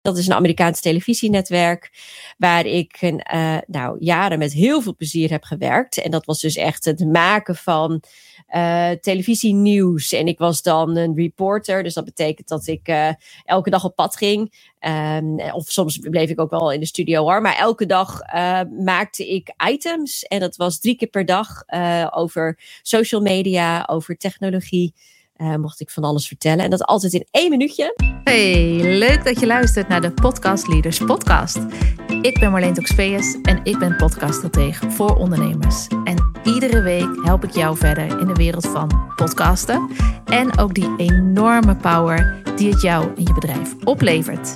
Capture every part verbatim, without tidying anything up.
Dat is een Amerikaans televisienetwerk waar ik uh, nou, jaren met heel veel plezier heb gewerkt. En dat was dus echt het maken van uh, televisienieuws. En ik was dan een reporter, dus dat betekent dat ik uh, elke dag op pad ging. Um, of soms bleef ik ook wel in de studio hoor. Maar elke dag uh, maakte ik items. En dat was drie keer per dag uh, over social media, over technologie. Uh, mocht ik van alles vertellen. En dat altijd in één minuutje. Hey, leuk dat je luistert naar de Podcast Leaders Podcast. Ik ben Marleen Toxpeus en ik ben podcaststratege voor ondernemers. En iedere week help ik jou verder in de wereld van podcasten. En ook die enorme power die het jou en je bedrijf oplevert.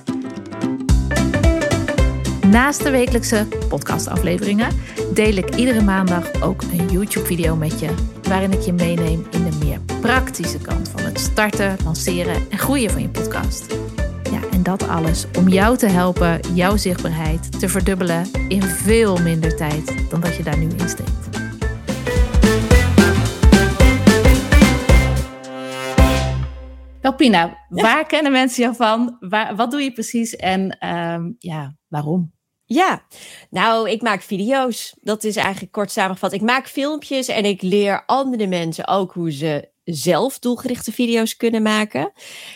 Naast de wekelijkse podcastafleveringen deel ik iedere maandag ook een YouTube-video met je, waarin ik je meeneem in de meer praktische kant van het starten, lanceren en groeien van je podcast. Ja, en dat alles om jou te helpen jouw zichtbaarheid te verdubbelen in veel minder tijd dan dat je daar nu in steekt. Nou Pina, waar ja. kennen mensen jou van? Waar, wat doe je precies en um, ja, waarom? Ja, nou, ik maak video's. Dat is eigenlijk kort samengevat. Ik maak filmpjes en ik leer andere mensen ook hoe ze zelf doelgerichte video's kunnen maken.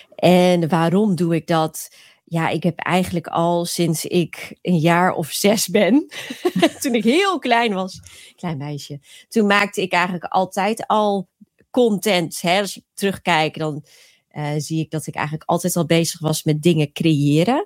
En waarom doe ik dat? Ja, ik heb eigenlijk al sinds ik een jaar of zes ben, toen ik heel klein was, klein meisje, toen maakte ik eigenlijk altijd al content. Hè? Als je terugkijkt, dan uh, zie ik dat ik eigenlijk altijd al bezig was met dingen creëren.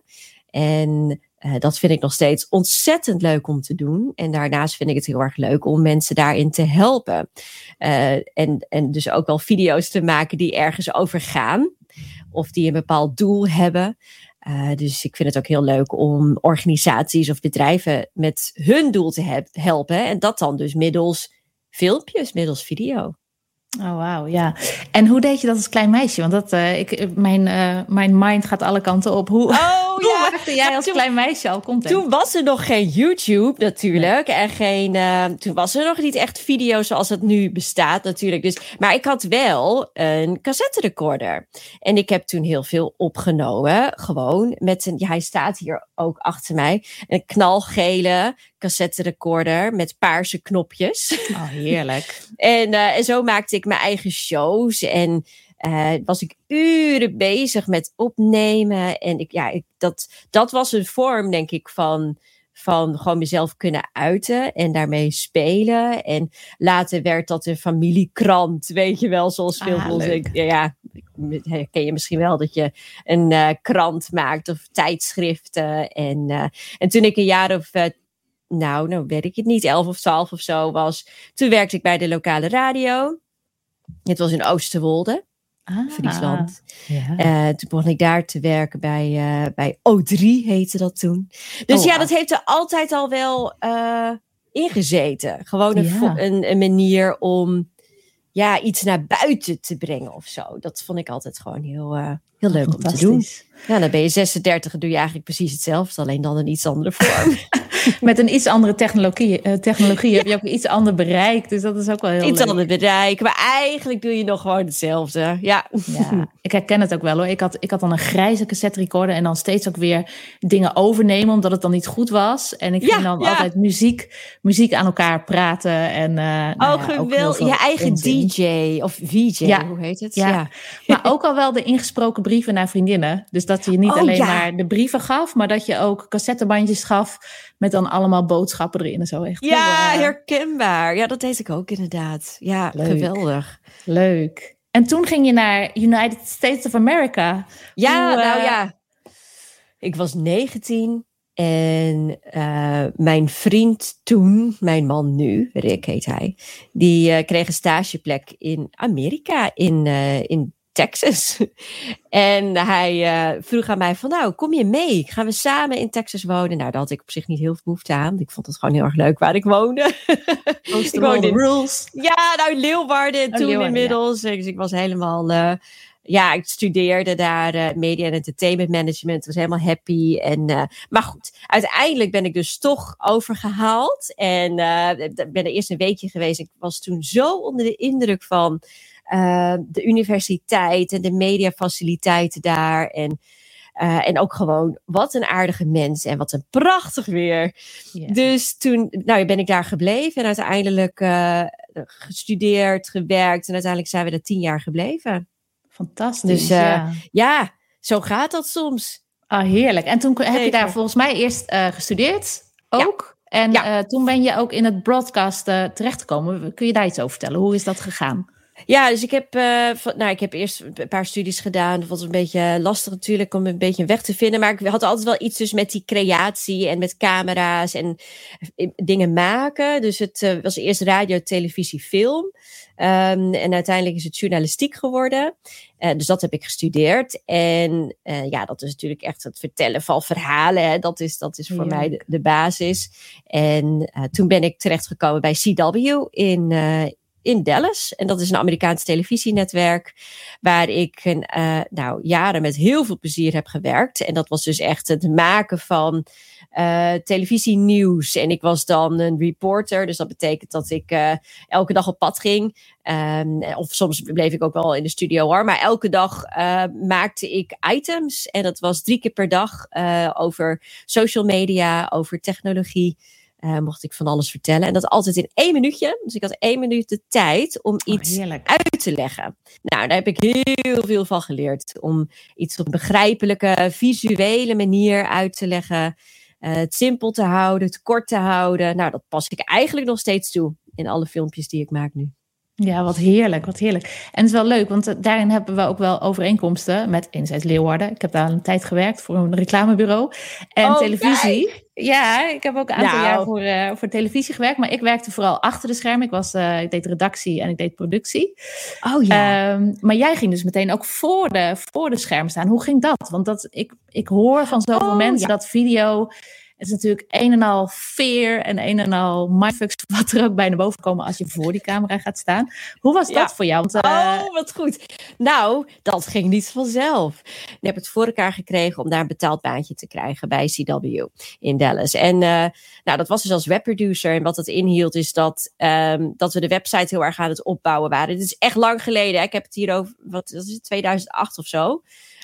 En Uh, dat vind ik nog steeds ontzettend leuk om te doen. En daarnaast vind ik het heel erg leuk om mensen daarin te helpen. Uh, en, en dus ook wel video's te maken die ergens over gaan. Of die een bepaald doel hebben. Uh, dus ik vind het ook heel leuk om organisaties of bedrijven met hun doel te he- helpen. En dat dan dus middels filmpjes, middels video. Oh, wauw, ja. En hoe deed je dat als klein meisje? Want dat, uh, ik, mijn, uh, mijn mind gaat alle kanten op. Hoe, oh, hoe ja. maakte jij als toen, klein meisje al content? Toen was er nog geen YouTube natuurlijk. Nee. En geen, uh, toen was er nog niet echt video zoals het nu bestaat natuurlijk. Dus, maar ik had wel een cassette recorder. En ik heb toen heel veel opgenomen. Gewoon met een, ja, hij staat hier ook achter mij. Een knalgele cassette recorder met paarse knopjes. Oh, heerlijk. en, uh, en zo maakte ik mijn eigen shows. En uh, was ik uren bezig met opnemen. En ik, ja, ik, dat, dat was een vorm, denk ik, van, van gewoon mezelf kunnen uiten. En daarmee spelen. En later werd dat een familiekrant. Weet je wel, zoals veel ah, van ons. Ja, herken je misschien wel dat je een uh, krant maakt. Of tijdschriften. En, uh, en toen ik een jaar of... Uh, Nou, nou weet ik het niet, elf of twaalf of zo was. Toen werkte ik bij de lokale radio. Het was in Oosterwolde, ah, Friesland. Ja. Uh, toen begon ik daar te werken bij, uh, bij O drie, heette dat toen. Dus oh, ja, dat heeft er altijd al wel uh, ingezeten. Gewoon een, ja. een, een manier om ja, iets naar buiten te brengen of zo. Dat vond ik altijd gewoon heel, uh, heel leuk oh, om te doen. Ja, dan ben je zesendertig en doe je eigenlijk precies hetzelfde, alleen dan een iets andere vorm. Met een iets andere technologie, uh, technologie ja. heb je ook een iets ander bereik. Dus dat is ook wel heel iets leuk. ander bereik, maar eigenlijk doe je nog gewoon hetzelfde. Ja, ja ik herken het ook wel hoor. Ik had, ik had dan een grijze cassette recorder en dan steeds ook weer dingen overnemen, omdat het dan niet goed was. En ik ging ja, dan ja. altijd muziek, muziek aan elkaar praten. En, uh, nou oh, ja, geweldig. Je eigen onzin. D J of V J, ja. hoe heet het? Ja. ja. Maar ook al wel de ingesproken brieven naar vriendinnen. Dus dat je niet oh, alleen ja. maar de brieven gaf, maar dat je ook cassettebandjes gaf met dan allemaal boodschappen erin en zo. Echt ja, heel, uh... herkenbaar. Ja, dat deed ik ook inderdaad. Ja, leuk. Geweldig. Leuk. En toen ging je naar United States of America. Ja, Hoe, uh... nou ja. Ik was negentien en uh, mijn vriend toen, mijn man nu, Rick heet hij, die uh, kreeg een stageplek in Amerika, in, uh, in Texas. En hij uh, vroeg aan mij van, nou, kom je mee? Gaan we samen in Texas wonen? Nou, daar had ik op zich niet heel veel behoefte aan. Ik vond het gewoon heel erg leuk waar ik woonde. ik woonde in rules. Ja, nou, in Leeuwarden oh, toen Leeuwarden, inmiddels. Ja. Dus ik was helemaal... Uh, ja, ik studeerde daar uh, media en entertainment management. Was helemaal happy. En, uh, maar goed, uiteindelijk ben ik dus toch overgehaald. En uh, ben er eerst een weekje geweest. Ik was toen zo onder de indruk van... Uh, de universiteit en de mediafaciliteiten daar. En Uh, en ook gewoon, wat een aardige mens en wat een prachtig weer. Yeah. Dus toen nou, ben ik daar gebleven en uiteindelijk uh, gestudeerd, gewerkt. En uiteindelijk zijn we er tien jaar gebleven. Fantastisch, dus, uh, ja. ja, zo gaat dat soms. Ah, heerlijk. En toen heb je daar volgens mij eerst uh, gestudeerd ook. Ja. En ja. uh, toen ben je ook in het broadcast uh, terechtgekomen. Kun je daar iets over vertellen? Hoe is dat gegaan? Ja, dus ik heb, uh, van, nou, ik heb eerst een paar studies gedaan. Dat was een beetje lastig natuurlijk om een beetje een weg te vinden. Maar ik had altijd wel iets dus met die creatie en met camera's en dingen maken. Dus het uh, was eerst radio, televisie, film. Um, en uiteindelijk is het journalistiek geworden. Uh, dus dat heb ik gestudeerd. En uh, ja, dat is natuurlijk echt het vertellen van verhalen. Hè. Dat is, dat is voor ja. mij de, de basis. En uh, toen ben ik terechtgekomen bij C W in... Uh, in Dallas. En dat is een Amerikaans televisienetwerk waar ik uh, nou, jaren met heel veel plezier heb gewerkt. En dat was dus echt het maken van uh, televisienieuws. En ik was dan een reporter. Dus dat betekent dat ik uh, elke dag op pad ging. Um, of soms bleef ik ook wel in de studio hoor. Maar elke dag uh, maakte ik items. En dat was drie keer per dag uh, over social media, over technologie. Uh, mocht ik van alles vertellen. En dat altijd in één minuutje. Dus ik had één minuut de tijd om iets oh, uit te leggen. Nou, daar heb ik heel veel van geleerd. Om iets op een begrijpelijke, visuele manier uit te leggen. Uh, het simpel te houden, het kort te houden. Nou, dat pas ik eigenlijk nog steeds toe. In alle filmpjes die ik maak nu. Ja, wat heerlijk, wat heerlijk. En het is wel leuk, want daarin hebben we ook wel overeenkomsten met enerzijds Leeuwarden. Ik heb daar een tijd gewerkt voor een reclamebureau. En oh, televisie. Kijk. Ja, ik heb ook een aantal nou. jaar voor, uh, voor televisie gewerkt. Maar ik werkte vooral achter de schermen. Ik, was, uh, ik deed redactie en ik deed productie. Oh ja. Um, maar jij ging dus meteen ook voor de, voor de scherm staan. Hoe ging dat? Want dat, ik, ik hoor van zoveel oh, mensen ja. dat video... Het is natuurlijk een en al fear en een en al mindfucks wat er ook bij naar boven komen als je voor die camera gaat staan. Hoe was dat ja. voor jou? Want, uh... Oh, wat goed. Nou, dat ging niet vanzelf. Ik heb het voor elkaar gekregen om daar een betaald baantje te krijgen bij C W in Dallas. En uh, nou, dat was dus als webproducer. En wat dat inhield is dat, um, dat we de website heel erg aan het opbouwen waren. Dit is echt lang geleden. Hè? Ik heb het hier over, wat is het, tweeduizend acht of zo.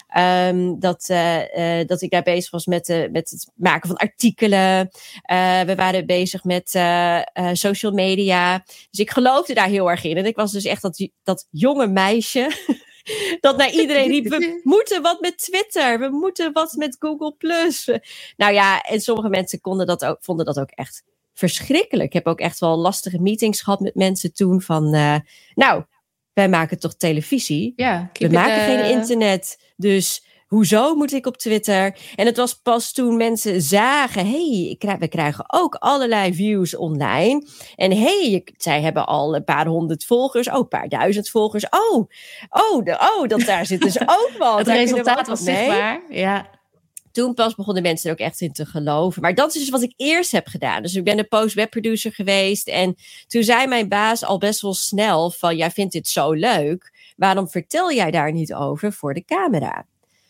Um, dat, uh, uh, dat ik daar bezig was met, uh, met het maken van artikelen. Uh, we waren bezig met uh, uh, social media. Dus ik geloofde daar heel erg in. En ik was dus echt dat, dat jonge meisje dat naar iedereen riep, we moeten wat met Twitter. We moeten wat met Google plus. Nou ja, en sommige mensen konden dat ook, vonden dat ook echt verschrikkelijk. Ik heb ook echt wel lastige meetings gehad met mensen toen van, uh, nou... Wij maken toch televisie? Ja, we maken uh... geen internet. Dus hoezo moet ik op Twitter? En het was pas toen mensen zagen... hey, we krijgen ook allerlei views online. En hey, zij hebben al een paar honderd volgers. Oh, een paar duizend volgers. Oh, oh, de, oh dat daar zit dus ook wat. Het resultaat was zichtbaar. Ja. Toen pas begonnen mensen er ook echt in te geloven. Maar dat is dus wat ik eerst heb gedaan. Dus ik ben een post-webproducer geweest. En toen zei mijn baas al best wel snel van... jij vindt dit zo leuk. Waarom vertel jij daar niet over voor de camera?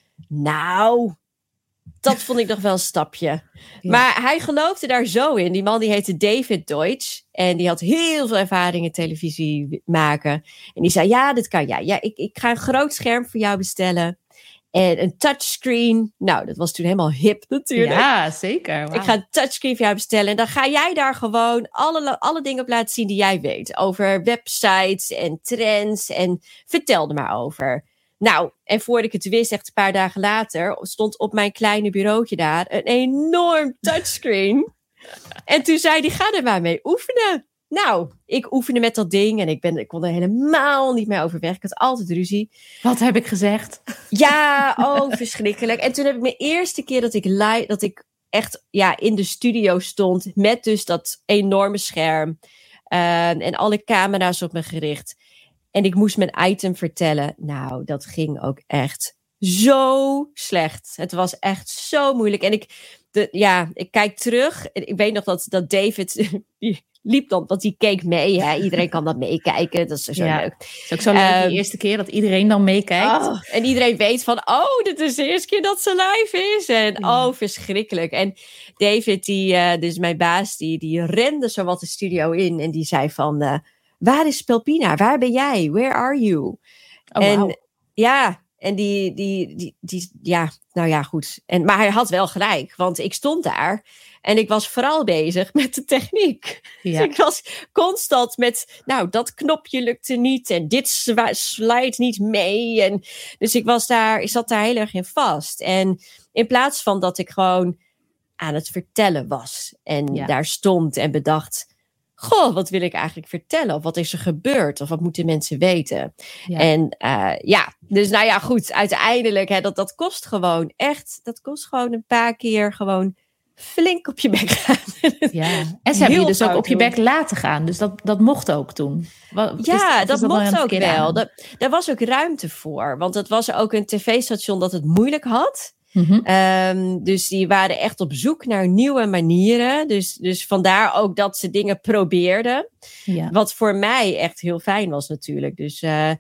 Nou, dat vond ik nog wel een stapje. Ja. Maar hij geloofde daar zo in. Die man die heette David Deutsch. En die had heel veel ervaring in televisie maken. En die zei, ja, dit kan jij. Ja, ik, ik ga een groot scherm voor jou bestellen. En een touchscreen. Nou, dat was toen helemaal hip natuurlijk. Ja, zeker. Wow. Ik ga een touchscreen voor jou bestellen. En dan ga jij daar gewoon alle, alle dingen op laten zien die jij weet. Over websites en trends. En vertel er maar over. Nou, en voordat ik het wist, echt een paar dagen later... stond op mijn kleine bureautje daar een enorm touchscreen. En toen zei hij, ga er maar mee oefenen. Nou, ik oefende met dat ding en ik, ben, ik kon er helemaal niet meer over weg. Ik had altijd ruzie. Wat heb ik gezegd? Ja, oh, verschrikkelijk. En toen heb ik mijn eerste keer dat ik, li- dat ik echt ja, in de studio stond... met dus dat enorme scherm uh, en alle camera's op me gericht. En ik moest mijn item vertellen. Nou, dat ging ook echt zo slecht. Het was echt zo moeilijk. En ik, de, ja, ik kijk terug. Ik weet nog dat, dat David... liep dan, want die keek mee. Hè? Iedereen kan dat meekijken. Dat is zo ja, leuk. Het is ook zo leuk um, de eerste keer dat iedereen dan meekijkt. Oh, en iedereen weet van, oh, dit is de eerste keer dat ze live is. En ja. oh, verschrikkelijk. En David, die, uh, dus mijn baas, die, die rende zo wat de studio in. En die zei van, uh, waar is Spelpina? Waar ben jij? Where are you? Oh, en wow. ja, En die, die, die, die, ja, nou ja, goed. En, maar hij had wel gelijk, want ik stond daar en ik was vooral bezig met de techniek. Ja. Dus ik was constant met, nou, dat knopje lukte niet en dit swa- slijt niet mee. En dus ik was daar, ik zat daar heel erg in vast. En in plaats van dat ik gewoon aan het vertellen was en ja. daar stond en bedacht, goh, wat wil ik eigenlijk vertellen? Of wat is er gebeurd? Of wat moeten mensen weten? Ja. En uh, ja, dus nou ja, goed. Uiteindelijk, hè, dat, dat kost gewoon echt, dat kost gewoon een paar keer gewoon flink op je bek gaan. Ja. En ze hebben je dus ook op je bek laten gaan. Dus dat, dat mocht ook toen. Wat, ja, is, dat, dat mocht ook wel. Dat, daar was ook ruimte voor. Want het was ook een tv-station dat het moeilijk had. Mm-hmm. Um, dus die waren echt op zoek naar nieuwe manieren. Dus, dus vandaar ook dat ze dingen probeerden. Ja. Wat voor mij echt heel fijn was natuurlijk. Dus uh,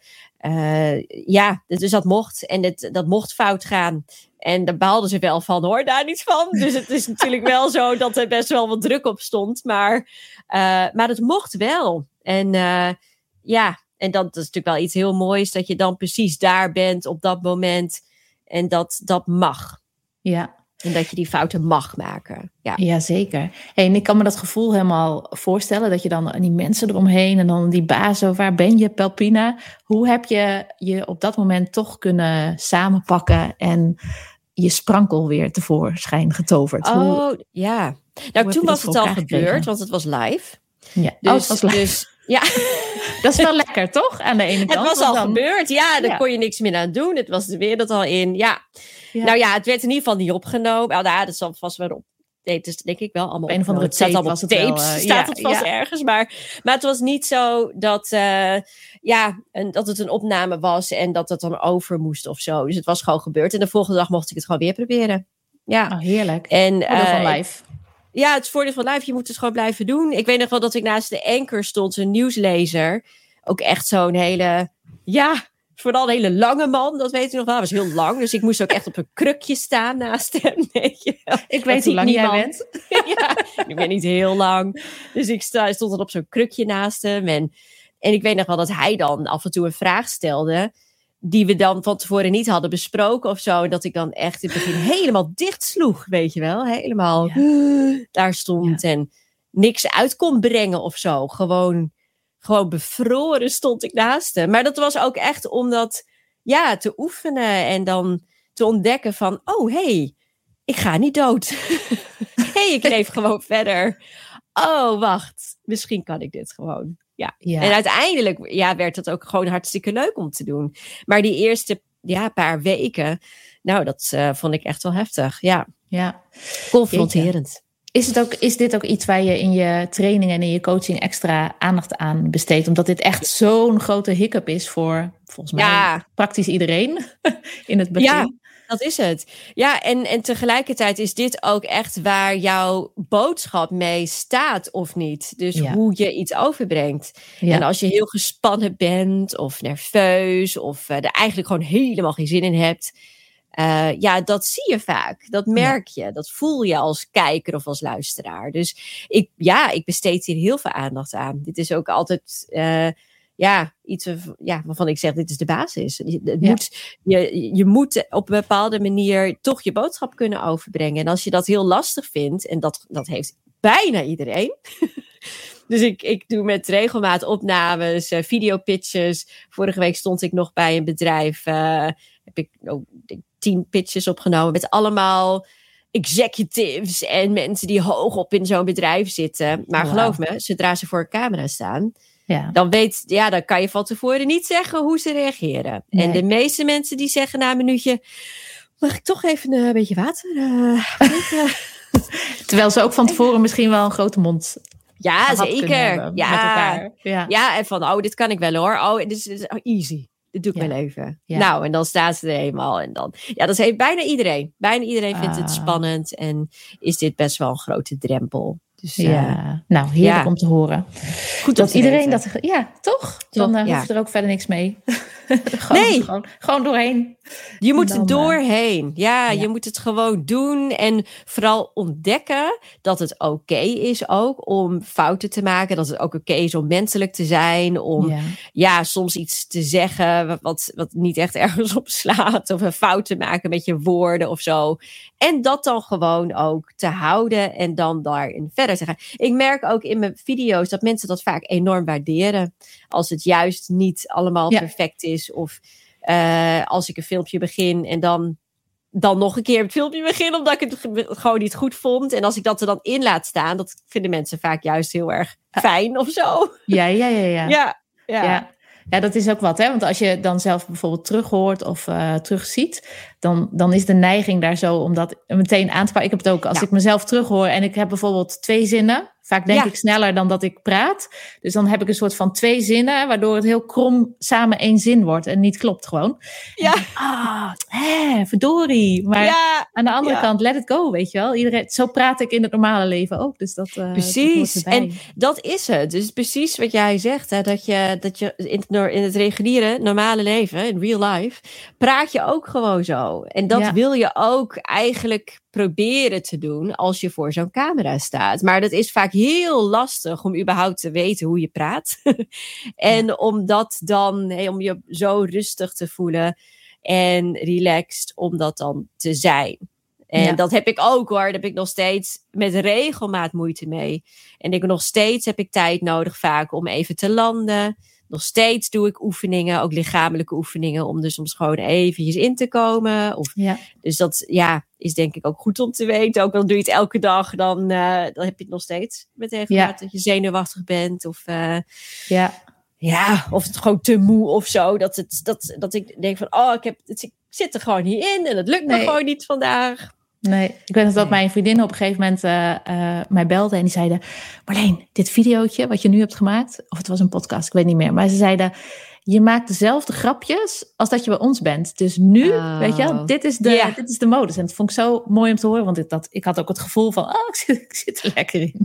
uh, ja, dus dat mocht. En het, dat mocht fout gaan. En daar behaalden ze wel van, hoor, daar niet van. Dus het is natuurlijk wel zo dat er best wel wat druk op stond. Maar, uh, maar het mocht wel. En uh, ja, en dat, dat is natuurlijk wel iets heel moois. Dat je dan precies daar bent op dat moment. En dat dat mag. Ja. En dat je die fouten mag maken. Ja, ja zeker. Hey, en ik kan me dat gevoel helemaal voorstellen. Dat je dan die mensen eromheen en dan die bazen. Waar ben je, Pelpina? Hoe heb je je op dat moment toch kunnen samenpakken en je sprankel weer tevoorschijn getoverd? Oh, hoe, ja. Nou, toen was het al gebeurd, gekregen? Want het was live. Ja, dus, oh, het was live. Dus, ja. Dat is wel lekker, toch? Aan de ene kant. Het was al dan... gebeurd, ja. Daar ja. kon je niks meer aan doen. Het was de wereld al in, ja. ja. Nou ja, het werd in ieder geval niet opgenomen. Nou, nou dat zal vast wel op. Nee, het is denk ik wel allemaal op een van de het staat allemaal was op tapes. Het wel, uh, staat ja, het vast ja. ergens. Maar, maar het was niet zo dat, uh, ja, een, dat het een opname was en dat het dan over moest of zo. Dus het was gewoon gebeurd. En de volgende dag mocht ik het gewoon weer proberen. Ja. Oh, heerlijk. En, uh, van live. Ja, het voordeel van live. Je moet het gewoon blijven doen. Ik weet nog wel dat ik naast de anchor stond, een nieuwslezer. Ook echt zo'n hele, ja, vooral een hele lange man. Dat weet u nog wel. Hij was heel lang. Dus ik moest ook echt op een krukje staan naast hem. Weet je wel. Ik weet hoe lang niemand. Jij bent. Ja, ik ben niet heel lang. Dus ik sta, stond dan op zo'n krukje naast hem. En, en ik weet nog wel dat hij dan af en toe een vraag stelde. Die we dan van tevoren niet hadden besproken of zo. En dat ik dan echt in het begin helemaal dicht sloeg. Weet je wel. Helemaal ja. daar stond. Ja. En niks uit kon brengen of zo. Gewoon... Gewoon bevroren stond ik naast hem. Maar dat was ook echt om dat ja, te oefenen. En dan te ontdekken van... Oh, hé, hey, ik ga niet dood. Hé, hey, ik leef gewoon verder. Oh, wacht. Misschien kan ik dit gewoon. Ja. ja. En uiteindelijk ja, werd het ook gewoon hartstikke leuk om te doen. Maar die eerste ja, paar weken... Nou, dat uh, vond ik echt wel heftig. Ja. ja. Confronterend. Jeetje. Is, het ook, is dit ook iets waar je in je training en in je coaching extra aandacht aan besteedt? Omdat dit echt zo'n grote hiccup is voor volgens mij ja. praktisch iedereen in het begin. Ja, dat is het. Ja, en, en tegelijkertijd is dit ook echt waar jouw boodschap mee staat of niet. Dus ja. hoe je iets overbrengt. Ja. En als je heel gespannen bent of nerveus of uh, er eigenlijk gewoon helemaal geen zin in hebt... Uh, ja, dat zie je vaak. Dat merk je. Ja. Dat voel je als kijker of als luisteraar. Dus ik, ja, ik besteed hier heel veel aandacht aan. Dit is ook altijd uh, ja, iets ja, waarvan ik zeg, dit is de basis. Het ja. moet, je, je moet op een bepaalde manier toch je boodschap kunnen overbrengen. En als je dat heel lastig vindt, en dat, dat heeft bijna iedereen... Dus ik, ik doe met regelmaat opnames, uh, videopitches. Vorige week stond ik nog bij een bedrijf. Uh, heb ik oh, tien pitches opgenomen met allemaal executives en mensen die hoog op in zo'n bedrijf zitten. Maar wow. geloof me, zodra ze voor een camera staan, ja. dan weet, ja, dan kan je van tevoren niet zeggen hoe ze reageren. Nee. En de meeste mensen die zeggen na een minuutje, mag ik toch even een beetje water? Uh, Terwijl ze ook van tevoren misschien wel een grote mond. Ja, zeker. Ja. Met elkaar. Ja. ja, en van, oh, dit kan ik wel hoor. Oh, dit is, dit is oh, easy. Dit doe ik ja. wel even. Ja. Nou, en dan staat ze er eenmaal. En dan, ja, dat heeft bijna iedereen. Bijna iedereen vindt ah. het spannend. En is dit best wel een grote drempel. Dus, ja, uh, nou heerlijk ja. om te horen. Goed dat iedereen weten. dat... Ja, toch? Dan uh, ja. hoeft er ook verder niks mee. gewoon, nee. Gewoon, gewoon doorheen. Je moet er doorheen. Ja, ja, je moet het gewoon doen. En vooral ontdekken dat het oké okay is ook om fouten te maken. Dat het ook oké okay is om menselijk te zijn. Om ja. ja, soms iets te zeggen wat, wat niet echt ergens op slaat. Of een fout te maken met je woorden of zo. En dat dan gewoon ook te houden en dan daarin verder te gaan. Ik merk ook in mijn video's dat mensen dat vaak enorm waarderen. Als het juist niet allemaal ja. perfect is. Of uh, als ik een filmpje begin en dan, dan nog een keer het filmpje begin. Omdat ik het gewoon niet goed vond. En als ik dat er dan in laat staan, dat vinden mensen vaak juist heel erg fijn of zo. Ja, ja, ja. Ja, ja, ja. ja. Ja, dat is ook wat, hè? Want als je dan zelf bijvoorbeeld terughoort of uh, terugziet, dan, dan is de neiging daar zo om dat meteen aan te pakken. Ik heb het ook, als ja. ik mezelf terughoor en ik heb bijvoorbeeld twee zinnen, vaak denk ja. ik sneller dan dat ik praat. Dus dan heb ik een soort van twee zinnen, waardoor het heel krom samen één zin wordt en niet klopt gewoon. Ja. Ah, hè, verdorie. Maar ja. aan de andere ja. kant, let it go, weet je wel. Iedereen, zo praat ik in het normale leven ook. Dus dat, uh, precies. Dat hoort en dat is het. Dus precies wat jij zegt, hè, dat je, dat je in, in het reguliere, normale leven, in real life, praat je ook gewoon zo. En dat ja. wil je ook eigenlijk proberen te doen als je voor zo'n camera staat. Maar dat is vaak heel lastig om überhaupt te weten hoe je praat. en ja. om dat dan, hey, om je zo rustig te voelen en relaxed om dat dan te zijn. En ja. dat heb ik ook hoor. Daar heb ik nog steeds met regelmaat moeite mee. En ik nog steeds heb ik tijd nodig vaak om even te landen. Nog steeds doe ik oefeningen, ook lichamelijke oefeningen, om er soms gewoon eventjes in te komen. Of, ja. Dus dat ja, is denk ik ook goed om te weten. Ook al doe je het elke dag, dan, uh, dan heb je het nog steeds met regelmaat ja. dat je zenuwachtig bent. Of, uh, ja. Ja, of het gewoon te moe of zo. Dat, het, dat, dat ik denk van, oh, ik, heb, het, ik zit er gewoon niet in en het lukt nee. me gewoon niet vandaag. Nee, ik weet nog dat mijn vriendin op een gegeven moment uh, uh, mij belde en die zeiden, Marleen, dit videootje wat je nu hebt gemaakt, of het was een podcast, ik weet niet meer, maar ze zeiden, je maakt dezelfde grapjes als dat je bij ons bent. Dus nu, oh. weet je wel, dit is, de, ja. dit is de modus. En dat vond ik zo mooi om te horen, want ik, dat, ik had ook het gevoel van, oh, ik zit, ik zit er lekker in.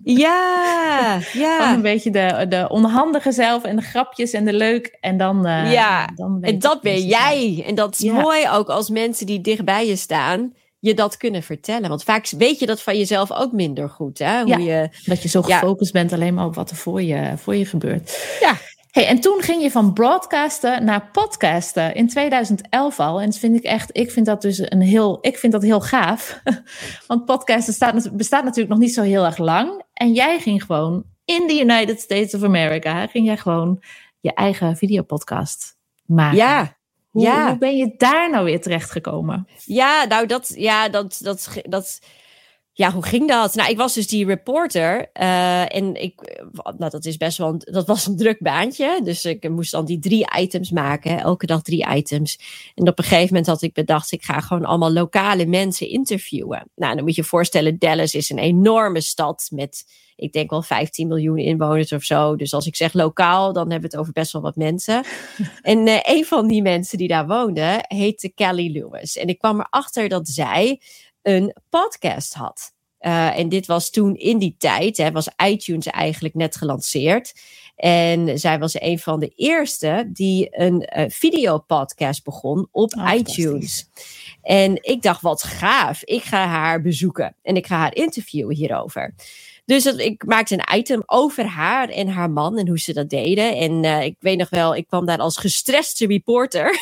Ja, ja. Gewoon een beetje de, de onhandige zelf en de grapjes en de leuk. En dan, uh, ja, dan en dat ben jij. En dat is ja. mooi ook als mensen die dicht bij je staan je dat kunnen vertellen. Want vaak weet je dat van jezelf ook minder goed. Hè? Hoe ja, je, dat je zo gefocust ja. bent alleen maar op wat er voor je, voor je gebeurt. Ja. Hey, en toen ging je van broadcasten naar podcasten in tweeduizend elf al. En dat vind ik echt, ik vind dat dus een heel, ik vind dat heel gaaf. Want podcasten staat, bestaat natuurlijk nog niet zo heel erg lang. En jij ging gewoon in the United States of America, ging jij gewoon je eigen videopodcast maken. Ja. Hoe, ja. hoe ben je daar nou weer terechtgekomen? Ja, nou dat, ja, dat, dat, dat, ja, hoe ging dat? Nou, ik was dus die reporter uh, en ik, nou, dat is best wel, een, dat was een druk baantje. Dus ik moest dan die drie items maken, hè, elke dag drie items. En op een gegeven moment had ik bedacht, ik ga gewoon allemaal lokale mensen interviewen. Nou, dan moet je je voorstellen, Dallas is een enorme stad met, ik denk wel vijftien miljoen inwoners of zo. Dus als ik zeg lokaal, dan hebben we het over best wel wat mensen. En uh, een van die mensen die daar woonde, heette Kelly Lewis. En ik kwam erachter dat zij een podcast had. Uh, en dit was toen in die tijd, hè, was iTunes eigenlijk net gelanceerd. En zij was een van de eerste die een uh, videopodcast begon op oh, iTunes. En ik dacht, wat gaaf. Ik ga haar bezoeken en ik ga haar interviewen hierover. Dus dat, ik maakte een item over haar en haar man en hoe ze dat deden. En uh, ik weet nog wel, ik kwam daar als gestreste reporter.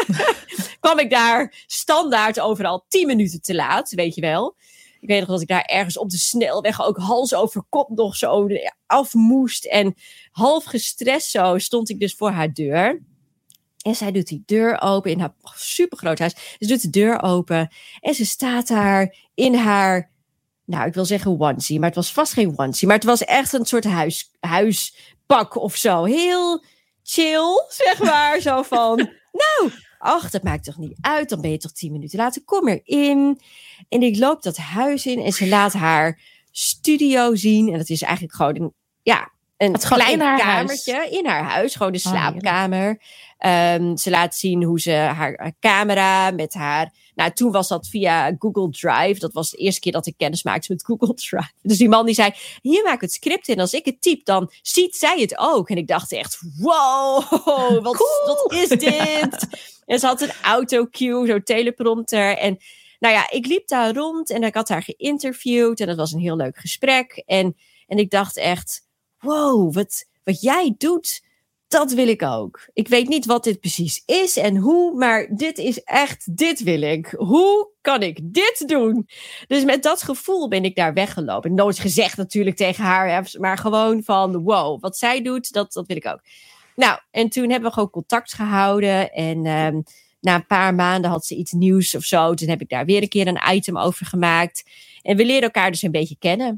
kwam ik daar standaard overal tien minuten te laat, weet je wel. Ik weet nog dat ik daar ergens op de snelweg ook hals over kop nog zo af moest. En half gestrest zo stond ik dus voor haar deur. En zij doet die deur open in haar supergroot huis. Ze doet de deur open en ze staat daar in haar, nou ik wil zeggen onesie, maar het was vast geen onesie. Maar het was echt een soort huis, huispak of zo. Heel chill, zeg maar. Zo van, nou, ach, dat maakt toch niet uit. Dan ben je toch tien minuten later. Kom erin. En ik loop dat huis in en ze laat haar studio zien. En dat is eigenlijk gewoon een, ja, een Het gewoon klein in haar kamertje huis. in haar huis. Gewoon de Oh, slaapkamer. Um, ze laat zien hoe ze haar, haar camera met haar... Nou, toen was dat via Google Drive. Dat was de eerste keer dat ik kennis maakte met Google Drive. Dus die man die zei, hier maak ik het script in. Als ik het typ, dan ziet zij het ook. En ik dacht echt, wow, wat, cool. wat is dit? En ze had een autocue, zo'n teleprompter. En nou ja, ik liep daar rond en ik had haar geïnterviewd. En dat was een heel leuk gesprek. En, en ik dacht echt, wow, wat, wat jij doet... Dat wil ik ook. Ik weet niet wat dit precies is en hoe, maar dit is echt, dit wil ik. Hoe kan ik dit doen? Dus met dat gevoel ben ik daar weggelopen. Nooit gezegd natuurlijk tegen haar, maar gewoon van wow, wat zij doet, dat, dat wil ik ook. Nou, en toen hebben we gewoon contact gehouden en um, na een paar maanden had ze iets nieuws of zo. Toen heb ik daar weer een keer een item over gemaakt. En we leerden elkaar dus een beetje kennen.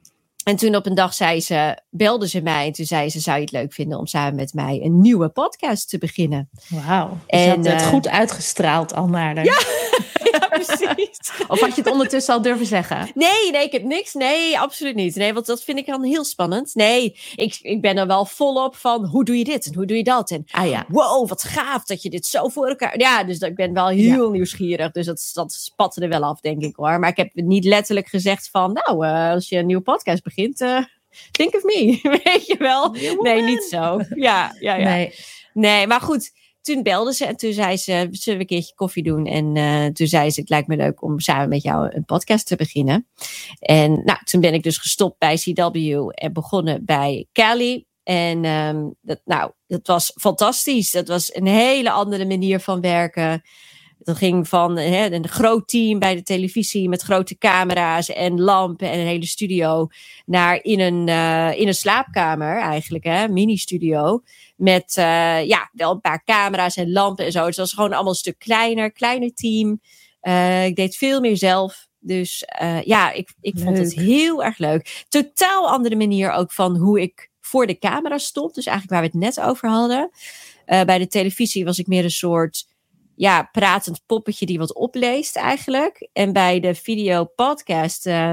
En toen op een dag zei ze, belde ze mij en toen zei ze, zou je het leuk vinden om samen met mij een nieuwe podcast te beginnen? Wauw, dus je had het uh, goed uitgestraald al naar haar. Ja, ja, precies. Of had je het ondertussen al durven zeggen? Nee, nee, ik heb niks. Nee, absoluut niet. Nee, want dat vind ik dan heel spannend. Nee, ik, ik ben er wel volop van, hoe doe je dit en hoe doe je dat? En ah, ja. wow, wat gaaf dat je dit zo voor elkaar... Ja, dus ik ben wel heel ja. nieuwsgierig. Dus dat, dat spatte er wel af, denk ik hoor. Maar ik heb niet letterlijk gezegd van, nou, uh, als je een nieuwe podcast begint, uh, think of me. Weet je wel? Nee, niet zo. Ja, ja, ja. Nee, nee maar goed... Toen belde ze en toen zei ze, zullen we een keertje koffie doen? En uh, toen zei ze, het lijkt me leuk om samen met jou een podcast te beginnen. En nou, toen ben ik dus gestopt bij C W en begonnen bij Cali. En um, dat, nou, dat was fantastisch. Dat was een hele andere manier van werken. Dat ging van hè, een groot team bij de televisie met grote camera's en lampen en een hele studio naar in een, uh, in een slaapkamer eigenlijk, hè, mini-studio. Met uh, ja, wel een paar camera's en lampen en zo. Dus dat was gewoon allemaal een stuk kleiner, kleiner team. Uh, ik deed veel meer zelf. Dus uh, ja, ik, ik vond het heel erg leuk. Totaal andere manier ook van hoe ik voor de camera stond. Dus eigenlijk waar we het net over hadden. Uh, bij de televisie was ik meer een soort... ja, pratend poppetje die wat opleest eigenlijk. En bij de videopodcast uh,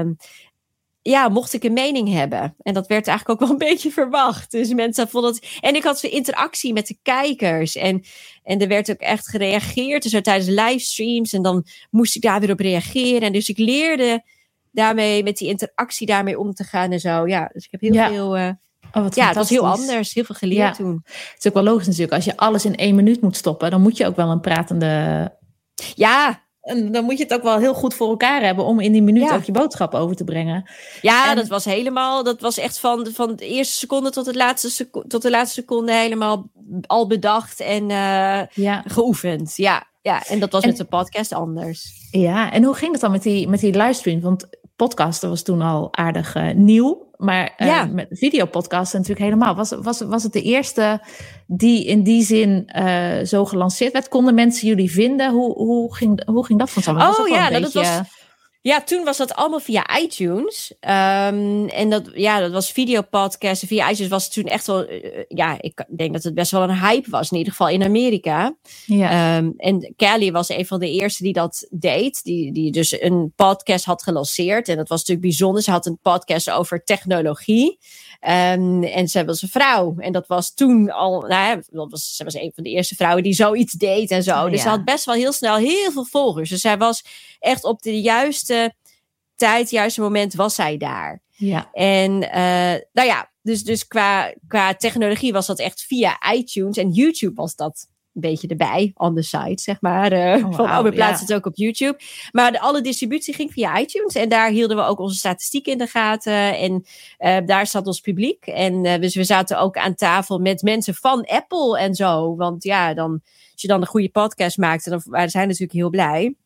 ja, mocht ik een mening hebben. En dat werd eigenlijk ook wel een beetje verwacht. Dus mensen vonden het... En ik had zo'n interactie met de kijkers. En, en er werd ook echt gereageerd. Dus tijdens livestreams. En dan moest ik daar weer op reageren. En dus ik leerde daarmee, met die interactie daarmee om te gaan en zo. Ja, dus ik heb heel ja. veel... Uh, Oh, ja, het was heel anders. Heel veel geleerd ja. toen. Het is ook wel logisch natuurlijk. Als je alles in één minuut moet stoppen, dan moet je ook wel een pratende... Ja. En dan moet je het ook wel heel goed voor elkaar hebben om in die minuut ja. ook je boodschap over te brengen. Ja, en... dat was helemaal... Dat was echt van, van de eerste seconde tot, het laatste seconde, tot de laatste seconde helemaal al bedacht en uh, ja. geoefend. Ja, ja, en dat was en... met de podcast anders. Ja, en hoe ging het dan met die, met die livestream? Want podcasten was toen al aardig uh, nieuw. Maar uh, ja. met videopodcasten natuurlijk helemaal. Was, was, was het de eerste die in die zin uh, zo gelanceerd werd? Konden mensen jullie vinden? Hoe, hoe, ging, hoe ging dat van zo? Oh ja, dat beetje... was... Ja, toen was dat allemaal via iTunes. Um, en dat, ja, dat was videopodcasten. Via iTunes was het toen echt wel... Uh, ja, ik denk dat het best wel een hype was. In ieder geval in Amerika. Ja. Um, en Kelly was een van de eerste die dat deed. Die, die dus een podcast had gelanceerd. En dat was natuurlijk bijzonder. Ze had een podcast over technologie. Um, en ze was een vrouw. En dat was toen al... Nou ja, dat was, ze was een van de eerste vrouwen die zoiets deed en zo. Oh, dus ja. Ze had best wel heel snel heel veel volgers. Dus zij was echt op de juiste tijd, het juiste moment was zij daar. Ja. En uh, nou ja, dus, dus qua, qua technologie was dat echt via iTunes. En YouTube was dat een beetje erbij, on the side, zeg maar. Uh, oh, wow, van, oh, we plaatsen ja. het ook op YouTube. Maar de, alle distributie ging via iTunes. En daar hielden we ook onze statistieken in de gaten. En uh, daar zat ons publiek. En uh, dus we zaten ook aan tafel met mensen van Apple en zo. Want ja, dan, als je dan een goede podcast maakte, dan waren zij natuurlijk heel blij.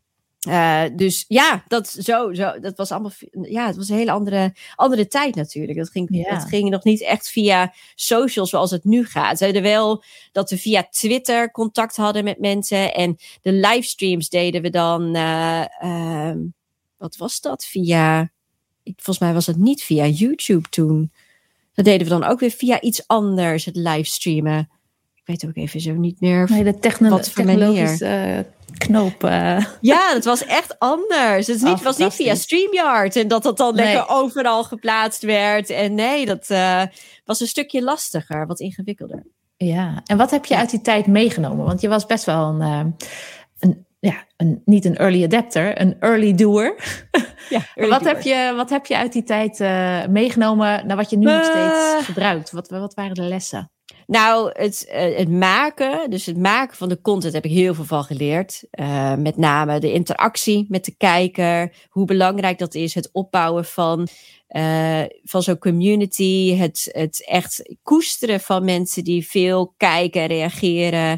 Uh, dus ja, dat, zo, zo, dat was allemaal, ja, het was een hele andere, andere tijd natuurlijk. Dat ging, ja. dat ging nog niet echt via social zoals het nu gaat. We hadden wel dat we via Twitter contact hadden met mensen. En de livestreams deden we dan, uh, uh, wat was dat? Via, volgens mij was het niet via YouTube toen. Dat deden we dan ook weer via iets anders, het livestreamen. Ik weet ook even zo niet meer. Nee, de technolo- technologische uh, knoop. Uh. Ja, dat was echt anders. Het is niet, oh, was niet via StreamYard en dat dat dan nee. lekker overal geplaatst werd. En nee, dat uh, was een stukje lastiger, wat ingewikkelder. Ja, en wat heb je ja. uit die tijd meegenomen? Want je was best wel een, uh, een ja, een, niet een early adapter, een early doer. Ja, early wat, doer. Heb je, wat heb je uit die tijd uh, meegenomen naar wat je nu uh, nog steeds gebruikt? Wat, wat waren de lessen? Nou, het, uh, het maken, dus het maken van de content heb ik heel veel van geleerd. Uh, met name de interactie met de kijker, hoe belangrijk dat is, het opbouwen van, uh, van zo'n community, het, het echt koesteren van mensen die veel kijken, reageren,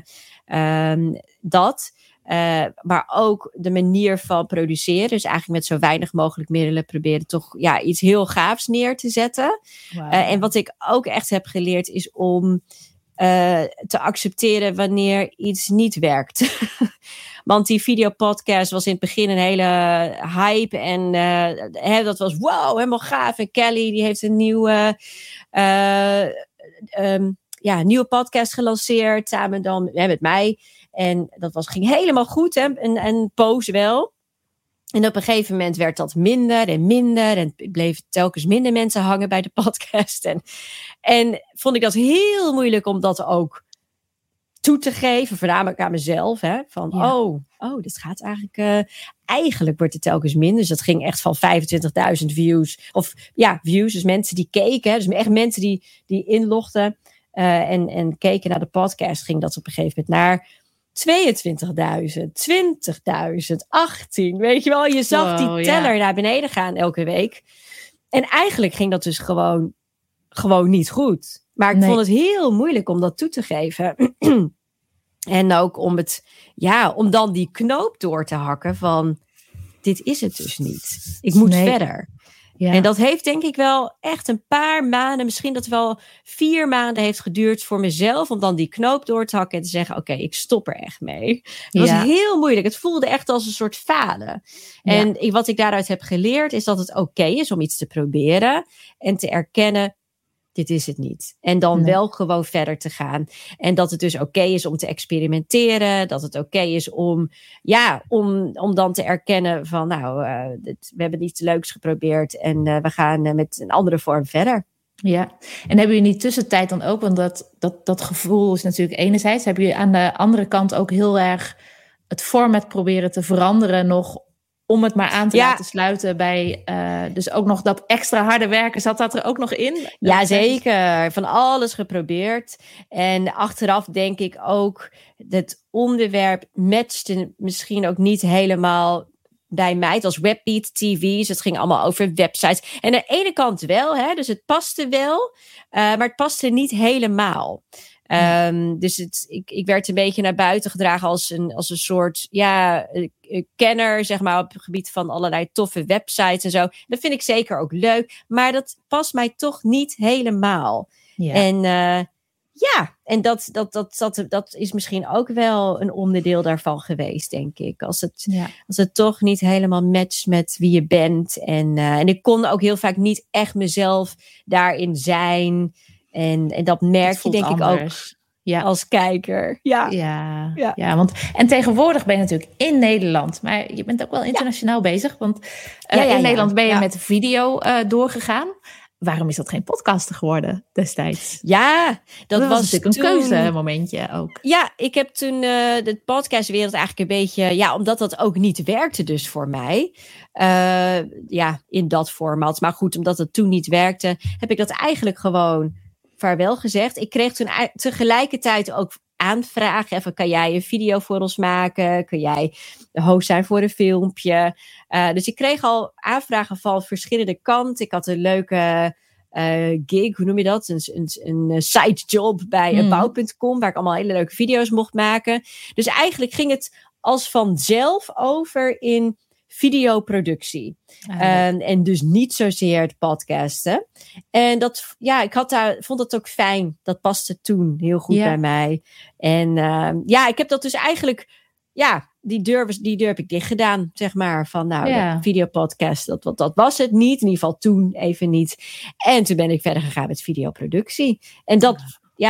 um, dat. Uh, maar ook de manier van produceren. Dus eigenlijk met zo weinig mogelijk middelen proberen toch ja, iets heel gaafs neer te zetten. Wow. Uh, en wat ik ook echt heb geleerd is om uh, te accepteren wanneer iets niet werkt. Want die videopodcast was in het begin een hele hype. En uh, hè, dat was wow, helemaal gaaf. En Kelly die heeft een nieuwe... Uh, um, ja, nieuwe podcast gelanceerd. Samen dan hè, met mij. En dat was, ging helemaal goed, hè? En, en poos wel. En op een gegeven moment werd dat minder en minder. En bleven telkens minder mensen hangen bij de podcast. En, en vond ik dat heel moeilijk om dat ook toe te geven. Voornamelijk aan mezelf. Hè? Van, ja. oh, oh, dit gaat eigenlijk... Uh, eigenlijk wordt het telkens minder. Dus dat ging echt van vijfentwintigduizend views. Of ja, views. Dus mensen die keken. Hè? Dus echt mensen die, die inlogden. Uh, en, en keken naar de podcast. Ging dat op een gegeven moment naar... tweeëntwintigduizend, twintigduizend, achttien, weet je wel. Je zag wow, die teller ja. naar beneden gaan elke week. En eigenlijk ging dat dus gewoon, gewoon niet goed. Maar ik nee. vond het heel moeilijk om dat toe te geven. En ook om het, ja, om dan die knoop door te hakken van, dit is het dus niet. Ik moet nee. verder. Ja. En dat heeft denk ik wel echt een paar maanden, misschien dat het wel vier maanden heeft geduurd voor mezelf, om dan die knoop door te hakken en te zeggen, oké, okay, ik stop er echt mee. Het ja. was heel moeilijk. Het voelde echt als een soort falen. Ja. En wat ik daaruit heb geleerd is dat het oké okay is om iets te proberen en te erkennen, dit is het niet. En dan nee. wel gewoon verder te gaan. En dat het dus oké okay is om te experimenteren. Dat het oké okay is om, ja, om, om dan te erkennen van, nou, uh, dit, we hebben iets leuks geprobeerd en uh, we gaan uh, met een andere vorm verder. Ja, en hebben jullie in die tussentijd dan ook, want dat, dat, dat gevoel is natuurlijk enerzijds, hebben jullie aan de andere kant ook heel erg het format proberen te veranderen nog, om het maar aan te ja. laten sluiten bij... Uh, dus ook nog dat extra harde werken. Zat dat er ook nog in? Ja, zeker. Van alles geprobeerd. En achteraf denk ik ook... het onderwerp matchte misschien ook niet helemaal bij mij. Het was Webbeat T V's. Het ging allemaal over websites. En aan de ene kant wel. Hè, dus het paste wel. Uh, maar het paste niet helemaal. Um, dus het, ik, ik werd een beetje naar buiten gedragen als een, als een soort ja, kenner, zeg maar, op het gebied van allerlei toffe websites en zo. Dat vind ik zeker ook leuk, maar dat past mij toch niet helemaal. Ja. En uh, ja, en dat, dat, dat, dat, dat is misschien ook wel een onderdeel daarvan geweest, denk ik. Als het, ja. als het toch niet helemaal matcht met wie je bent. En, uh, en ik kon ook heel vaak niet echt mezelf daarin zijn. En, en dat merk je denk anders. ik ook ja. als kijker. Ja. Ja, ja. ja, want en tegenwoordig ben je natuurlijk in Nederland. Maar je bent ook wel internationaal ja. bezig. Want uh, ja, ja, in ja. Nederland ben je ja. met video uh, doorgegaan. Waarom is dat geen podcaster geworden destijds? Ja, dat, dat was, was natuurlijk toen... een keuzemomentje ook. Ja, ik heb toen uh, de podcastwereld eigenlijk een beetje... Ja, omdat dat ook niet werkte dus voor mij. Uh, ja, in dat format. Maar goed, omdat het toen niet werkte... heb ik dat eigenlijk gewoon... vaarwel gezegd. Ik kreeg toen tegelijkertijd ook aanvragen. Van, kan jij een video voor ons maken? Kun jij de host zijn voor een filmpje? Uh, dus ik kreeg al aanvragen van verschillende kanten. Ik had een leuke uh, gig, hoe noem je dat? Een, een, een sidejob bij mm. about punt com, waar ik allemaal hele leuke video's mocht maken. Dus eigenlijk ging het als vanzelf over in videoproductie. Ah, ja. um, en dus niet zozeer het podcasten. En dat, ja, ik had daar, vond het ook fijn. Dat paste toen heel goed ja. bij mij. En uh, ja, ik heb dat dus eigenlijk, ja, die deur, die deur heb ik dicht gedaan, zeg maar. Van nou, ja. de videopodcast, dat, dat, dat was het niet. In ieder geval toen even niet. En toen ben ik verder gegaan met videoproductie. En dat, ja, ja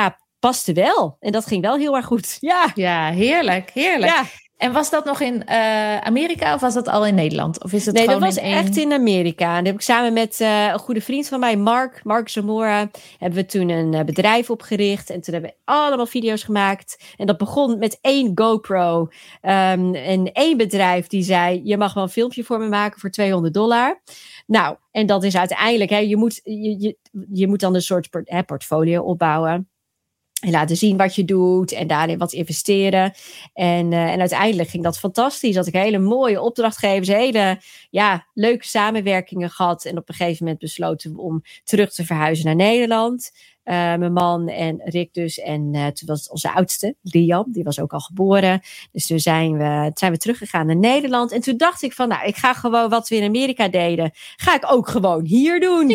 paste wel. En dat ging wel heel erg goed. Ja, ja heerlijk, heerlijk. Ja. En was dat nog in uh, Amerika of was dat al in Nederland? Of is het nee, gewoon dat was in echt één... in Amerika. En dat heb ik samen met uh, een goede vriend van mij, Mark, Mark Zamora, hebben we toen een uh, bedrijf opgericht. En toen hebben we allemaal video's gemaakt. En dat begon met één GoPro. Um, en één bedrijf die zei, je mag wel een filmpje voor me maken voor tweehonderd dollar. Nou, en dat is uiteindelijk, hè, je, moet, je, je, je moet dan een soort port- hè, portfolio opbouwen. En laten zien wat je doet en daarin wat investeren. En, uh, en uiteindelijk ging dat fantastisch. Had ik hele mooie opdrachtgevers, hele ja, leuke samenwerkingen gehad. En op een gegeven moment besloten we om terug te verhuizen naar Nederland. Uh, mijn man en Rick dus. En uh, toen was het onze oudste, Liam, die was ook al geboren. Dus toen zijn we, zijn we teruggegaan naar Nederland. En toen dacht ik van, nou, ik ga gewoon wat we in Amerika deden. Ga ik ook gewoon hier doen.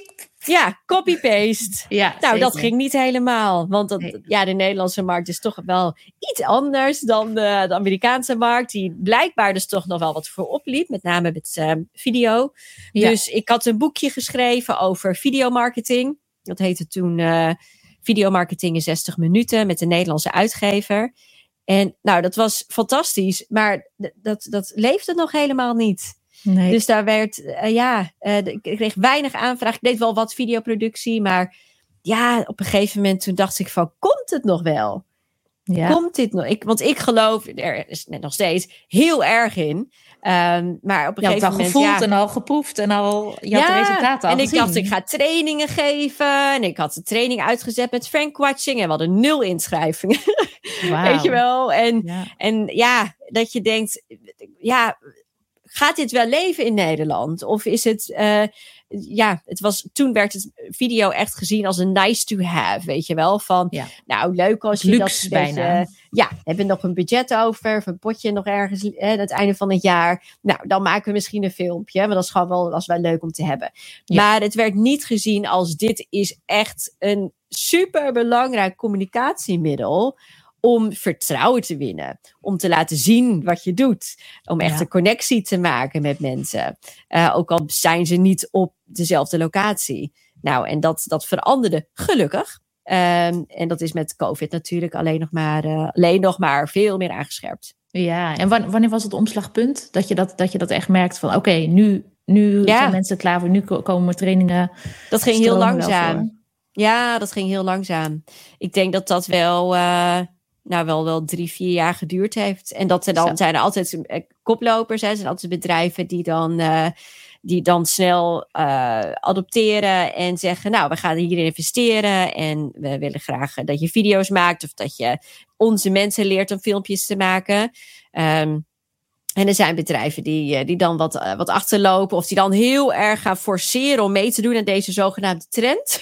Ja, copy-paste. Ja, nou, zeker. dat ging niet helemaal. Want dat, Nee. ja, de Nederlandse markt is toch wel iets anders dan de, de Amerikaanse markt. Die blijkbaar dus toch nog wel wat voor opliep. Met name met uh, video. Ja. Dus ik had een boekje geschreven over videomarketing. Dat heette toen uh, Videomarketing in zestig minuten. Met een Nederlandse uitgever. En nou, dat was fantastisch. Maar d- dat, dat leefde nog helemaal niet. Nee. Dus daar werd, uh, ja, uh, ik kreeg weinig aanvraag. Ik deed wel wat videoproductie, maar ja, op een gegeven moment toen dacht ik van, komt het nog wel? Ja. Komt dit nog? Ik, want ik geloof er is net nog steeds heel erg in. Um, maar op een Je had gegeven al moment, gevoeld ja, en al geproefd en al, je had ja, de resultaten al en ik gezien. dacht, ik ga trainingen geven. En ik had de training uitgezet met Frankwatching. En we hadden nul inschrijvingen. Wauw. Weet je wel? En Ja. En ja, dat je denkt, ja, gaat dit wel leven in Nederland? Of is het, uh, ja, het was, toen werd het video echt gezien als een nice to have, weet je wel? Van, Ja. nou, leuk als je Luxe dat een bijna. beetje, ja, hebben we nog een budget over, of een potje nog ergens eh, aan het einde van het jaar. Nou, dan maken we misschien een filmpje, maar dat is gewoon wel, dat is wel leuk om te hebben. Ja. Maar het werd niet gezien als dit is echt een superbelangrijk communicatiemiddel om vertrouwen te winnen. Om te laten zien wat je doet. Om echt Ja. een connectie te maken met mensen. Uh, ook al zijn ze niet op dezelfde locatie. Nou, en dat, dat veranderde gelukkig. Um, en dat is met COVID natuurlijk alleen nog maar, uh, alleen nog maar veel meer aangescherpt. Ja, en wan- wanneer was het omslagpunt? Dat je dat, dat, je dat echt merkt van, oké, okay, nu, nu Ja. zijn mensen klaar voor, nu ko- komen trainingen. Dat ging heel stromen wel langzaam. voor. Ja, dat ging heel langzaam. Ik denk dat dat wel... Uh, nou wel, wel drie, vier jaar geduurd heeft. En dat er dan Zo. zijn er altijd uh, koplopers. Hè. Er zijn altijd bedrijven die dan, uh, die dan snel uh, adopteren en zeggen, nou, we gaan hierin investeren en we willen graag uh, dat je video's maakt of dat je onze mensen leert om filmpjes te maken. Um, en er zijn bedrijven die, die dan wat, uh, wat achterlopen of die dan heel erg gaan forceren om mee te doen aan deze zogenaamde trend.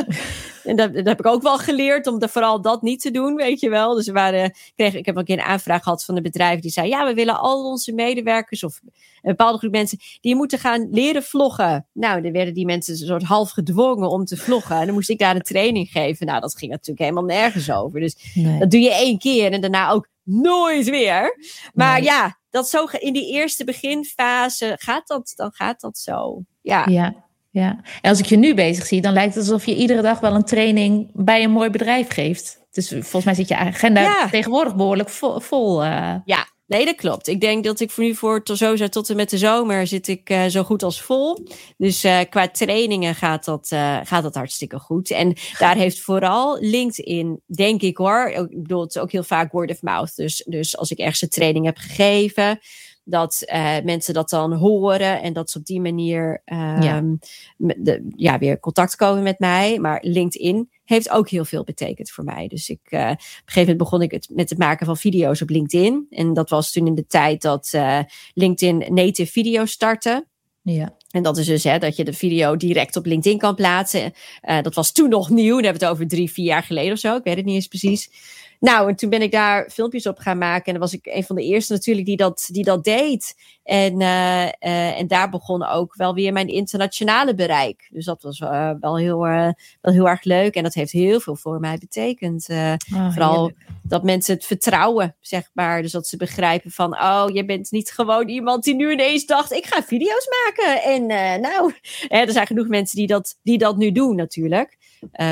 En dat, dat heb ik ook wel geleerd om de, vooral dat niet te doen, weet je wel. Dus we waren, kreeg, ik heb ook een keer een aanvraag gehad van een bedrijf die zei, ja, we willen al onze medewerkers of een bepaalde groep mensen, die moeten gaan leren vloggen. Nou, dan werden die mensen een soort half gedwongen om te vloggen. En dan moest ik daar een training geven. Nou, dat ging natuurlijk helemaal nergens over. Dus Nee. dat doe je één keer en daarna ook nooit weer. Maar Nee. ja, dat zo in die eerste beginfase gaat dat, dan gaat dat zo. Ja. Ja, ja. En als ik je nu bezig zie, dan lijkt het alsof je iedere dag wel een training bij een mooi bedrijf geeft. Dus volgens mij zit je agenda Ja. tegenwoordig behoorlijk vol. vol uh... Ja, nee, dat klopt. Ik denk dat ik voor nu voor tot sowieso tot en met de zomer zit ik uh, zo goed als vol. Dus uh, qua trainingen gaat dat, uh, gaat dat hartstikke goed. En daar heeft vooral LinkedIn, denk ik hoor. Ik bedoel, het is ook heel vaak word of mouth. Dus, dus als ik ergens een training heb gegeven, dat uh, mensen dat dan horen en dat ze op die manier um, Ja. de, ja, weer contact komen met mij. Maar LinkedIn heeft ook heel veel betekend voor mij. Dus ik, uh, op een gegeven moment begon ik het met het maken van video's op LinkedIn. En dat was toen in de tijd dat uh, LinkedIn native video's startte. Ja. En dat is dus hè, dat je de video direct op LinkedIn kan plaatsen. Uh, dat was toen nog nieuw. Dan hebben we het over drie, vier jaar geleden of zo. Ik weet het niet eens precies. Nou, en toen ben ik daar filmpjes op gaan maken. En dan was ik een van de eerste natuurlijk die dat, die dat deed. En, uh, uh, en daar begon ook wel weer mijn internationale bereik. Dus dat was uh, wel, heel, uh, wel heel erg leuk. En dat heeft heel veel voor mij betekend. Uh, Oh, vooral heerlijk. dat mensen het vertrouwen, zeg maar. Dus dat ze begrijpen van, oh, je bent niet gewoon iemand die nu ineens dacht, ik ga video's maken. En uh, nou, hè, er zijn genoeg mensen die dat, die dat nu doen natuurlijk. Um,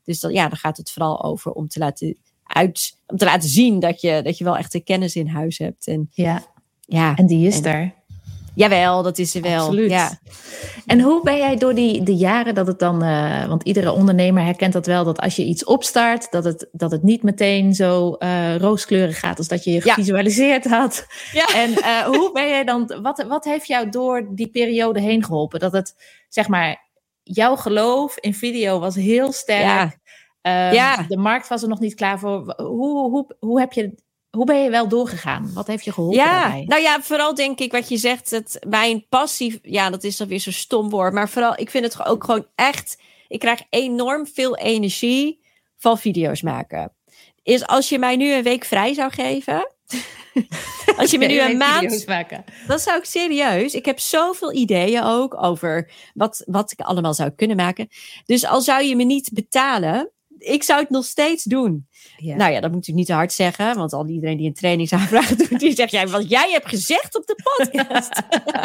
Dus dan, ja, dan gaat het vooral over om te laten uit, om te laten zien dat je, dat je wel echt de kennis in huis hebt. En, ja. ja, en die is en, er. Jawel, dat is er wel. Absoluut. Ja. En hoe ben jij door die de jaren dat het dan... Uh, want iedere ondernemer herkent dat wel, dat als je iets opstart, dat het, dat het niet meteen zo uh, rooskleurig gaat als dat je je gevisualiseerd ja. had. Ja. En uh, hoe ben jij dan... Wat, wat heeft jou door die periode heen geholpen? Dat het, zeg maar, jouw geloof in video was heel sterk. Ja. Uh, ja. De markt was er nog niet klaar voor. Hoe, hoe, hoe heb je... Hoe ben je wel doorgegaan? Wat heeft je geholpen ja, daarbij? Nou ja, vooral denk ik wat je zegt, het, mijn passie, ja, dat is dan weer zo'n stom woord, maar vooral, ik vind het ook gewoon echt, ik krijg enorm veel energie van video's maken. Is als je mij nu een week vrij zou geven, als je me nu een maand, maken. Dan zou ik serieus, ik heb zoveel ideeën ook over wat, wat ik allemaal zou kunnen maken. Dus al zou je me niet betalen, ik zou het nog steeds doen. Ja. Nou ja, dat moet ik niet te hard zeggen. Want al iedereen die een trainingsaanvraag doet, die zegt, ja, wat jij hebt gezegd op de podcast.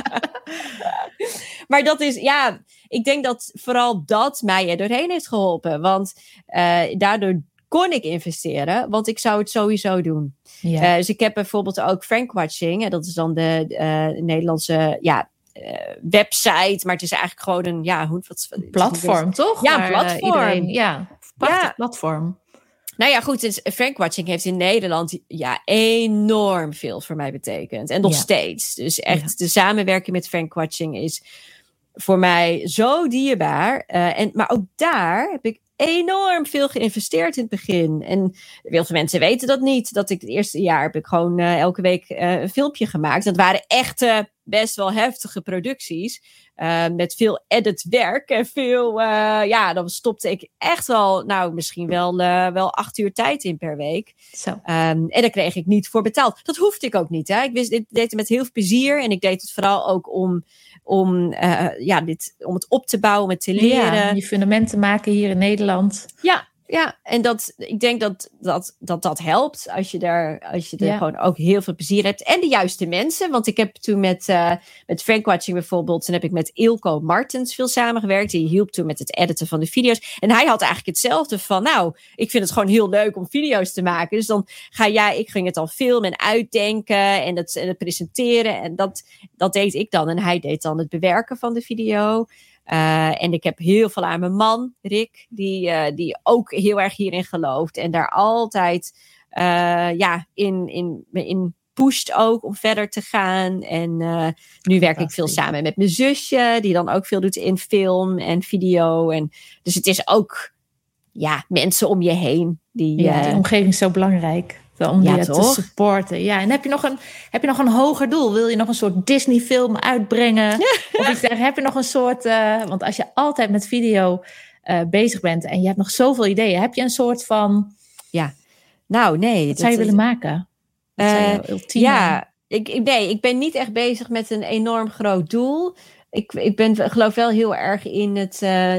Maar dat is, ja, ik denk dat vooral dat mij er doorheen heeft geholpen. Want uh, daardoor kon ik investeren, want ik zou het sowieso doen. Ja. Uh, dus ik heb bijvoorbeeld ook Frankwatching. Dat is dan de uh, Nederlandse, ja, Uh, website, maar het is eigenlijk gewoon een, ja, hoe, wat, een platform, het, toch? Ja, een platform. Iedereen, ja, prachtig ja. platform. Nou ja, goed, dus Frankwatching heeft in Nederland ja, enorm veel voor mij betekend. En nog ja. steeds. Dus echt, ja. de samenwerking met Frankwatching is voor mij zo dierbaar. Uh, en, maar ook daar heb ik enorm veel geïnvesteerd in het begin. En heel veel mensen weten dat niet. Dat ik het eerste jaar heb ik gewoon uh, elke week uh, een filmpje gemaakt. Dat waren echte, best wel heftige producties. Uh, met veel edit werk en veel, uh, ja, dan stopte ik echt wel, nou, misschien wel, uh, wel acht uur tijd in per week. Zo. Um, en daar kreeg ik niet voor betaald. Dat hoefde ik ook niet, hè. Ik wist, ik deed het met heel veel plezier en ik deed het vooral ook om, om, uh, ja, dit, om het op te bouwen, om het te leren. Ja, je fundamenten maken hier in Nederland. Ja. Ja, en dat, ik denk dat dat, dat, dat helpt als je daar, als je er ja. gewoon ook heel veel plezier hebt. En de juiste mensen. Want ik heb toen met, uh, met Frankwatching bijvoorbeeld, toen heb ik met Ilko Martens veel samengewerkt. Die hielp toen met het editen van de video's. En hij had eigenlijk hetzelfde van, nou, ik vind het gewoon heel leuk om video's te maken. Dus dan ga jij, ik ging het dan filmen en uitdenken en het, en het presenteren. En dat, dat deed ik dan. En hij deed dan het bewerken van de video. Uh, en ik heb heel veel aan mijn man, Rick, die, uh, die ook heel erg hierin gelooft. En daar altijd uh, ja, in, in, in pusht ook om verder te gaan. En uh, nu werk ik veel samen met mijn zusje, die dan ook veel doet in film en video. En, dus het is ook ja, mensen om je heen. Die, ja, uh, die omgeving is zo belangrijk. Om ja, je toch? te supporten. Ja, en heb je, nog een, heb je nog een hoger doel? Wil je nog een soort Disney-film uitbrengen? Ja. Of iets daar, heb je nog een soort... Uh, want als je altijd met video uh, bezig bent en je hebt nog zoveel ideeën, heb je een soort van... Ja, nou nee. Wat zou je is, willen maken? Wat uh, zou je ultieme... Ja, ik, nee, ik ben niet echt bezig met een enorm groot doel. Ik, ik ben, geloof wel heel erg in het... Uh,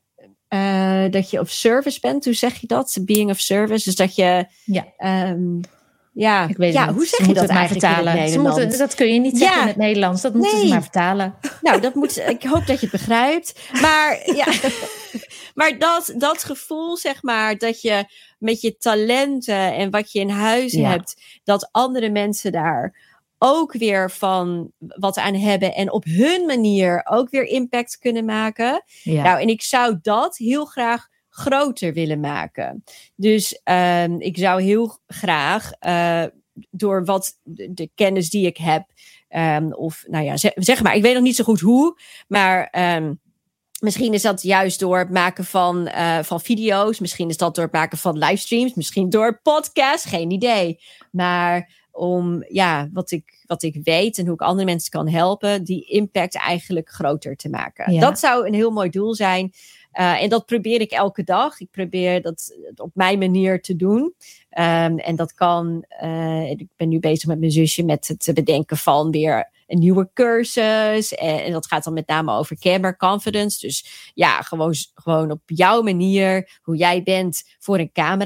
Uh, dat je of service bent, hoe zeg je dat? Being of service, dus dat je... Ja, um, ja. Ik weet ja het hoe zeg ze je dat maar eigenlijk vertalen. in het Nederlands? Ze moeten, dat kun je niet zeggen ja. in het Nederlands, dat moeten nee. ze maar vertalen. Nou, dat moet, ik hoop dat je het begrijpt. Maar, ja, maar dat, dat gevoel, zeg maar, dat je met je talenten en wat je in huis ja. hebt, dat andere mensen daar ook weer van wat aan hebben en op hun manier ook weer impact kunnen maken. Ja. Nou, en ik zou dat heel graag groter willen maken. Dus um, ik zou heel graag uh, door wat de, de kennis die ik heb, um, of nou ja, zeg, zeg maar, ik weet nog niet zo goed hoe, maar um, misschien is dat juist door het maken van, uh, van video's, misschien is dat door het maken van livestreams, misschien door podcasts, geen idee. Maar om, ja, wat ik, wat ik weet en hoe ik andere mensen kan helpen, die impact eigenlijk groter te maken. Ja. Dat zou een heel mooi doel zijn. Uh, en dat probeer ik elke dag. Ik probeer dat op mijn manier te doen. Um, en dat kan, uh, ik ben nu bezig met mijn zusje met het bedenken van weer een nieuwe cursus. En, en dat gaat dan met name over camera confidence. Dus ja, gewoon, gewoon op jouw manier, hoe jij bent voor een camera,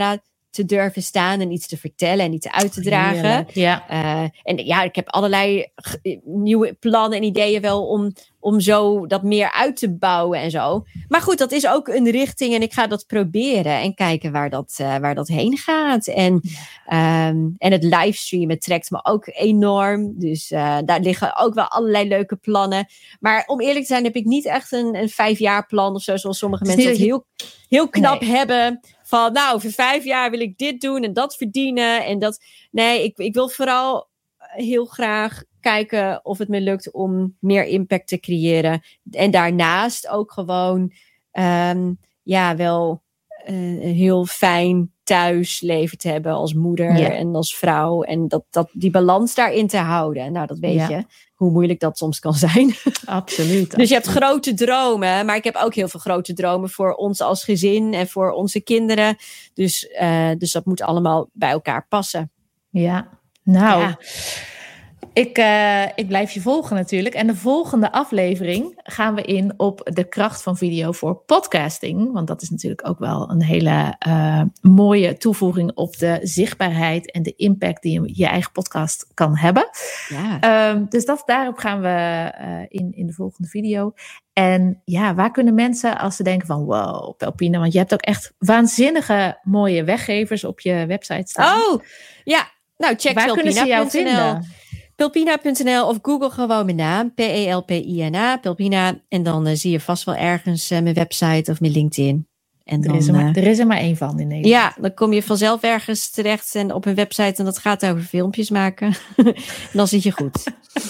te durven staan en iets te vertellen en iets uit te dragen. Heerlijk, ja. Uh, en ja, ik heb allerlei g- nieuwe plannen en ideeën wel om, om zo dat meer uit te bouwen en zo. Maar goed, dat is ook een richting en ik ga dat proberen en kijken waar dat, uh, waar dat heen gaat. En, um, en het livestreamen trekt me ook enorm. Dus uh, daar liggen ook wel allerlei leuke plannen. Maar om eerlijk te zijn heb ik niet echt een, een vijfjaarplan of zo, zoals sommige mensen dat heel, heel knap nee. hebben. Van nou, over vijf jaar wil ik dit doen en dat verdienen. En dat. Nee, ik, ik wil vooral heel graag kijken of het me lukt om meer impact te creëren. En daarnaast ook gewoon um, ja, wel uh, een heel fijn thuisleven te hebben als moeder ja. en als vrouw. En dat, dat, die balans daarin te houden. Nou, dat weet ja. je. Hoe moeilijk dat soms kan zijn. Absoluut. Dus je hebt grote dromen. Maar ik heb ook heel veel grote dromen voor ons als gezin. En voor onze kinderen. Dus, uh, dus dat moet allemaal bij elkaar passen. Ja, nou... Ja. Ik, uh, ik blijf je volgen natuurlijk. En de volgende aflevering gaan we in op de kracht van video voor podcasting. Want dat is natuurlijk ook wel een hele uh, mooie toevoeging op de zichtbaarheid en de impact die je, je eigen podcast kan hebben. Ja. Um, dus dat, daarop gaan we uh, in, in de volgende video. En ja, waar kunnen mensen als ze denken van wow, Pelpina, want je hebt ook echt waanzinnige mooie weggevers op je website staan. Oh, ja. Nou, check waar kunnen ze jou vinden? Pelpina punt n l of Google gewoon mijn naam. P E L P I N A, Pelpina. En dan uh, zie je vast wel ergens uh, mijn website of mijn LinkedIn. En dan, er, is er, maar, er is er maar één van in Nederland. Ja, dan kom je vanzelf ergens terecht en op een website. En dat gaat over filmpjes maken. Dan zit je goed.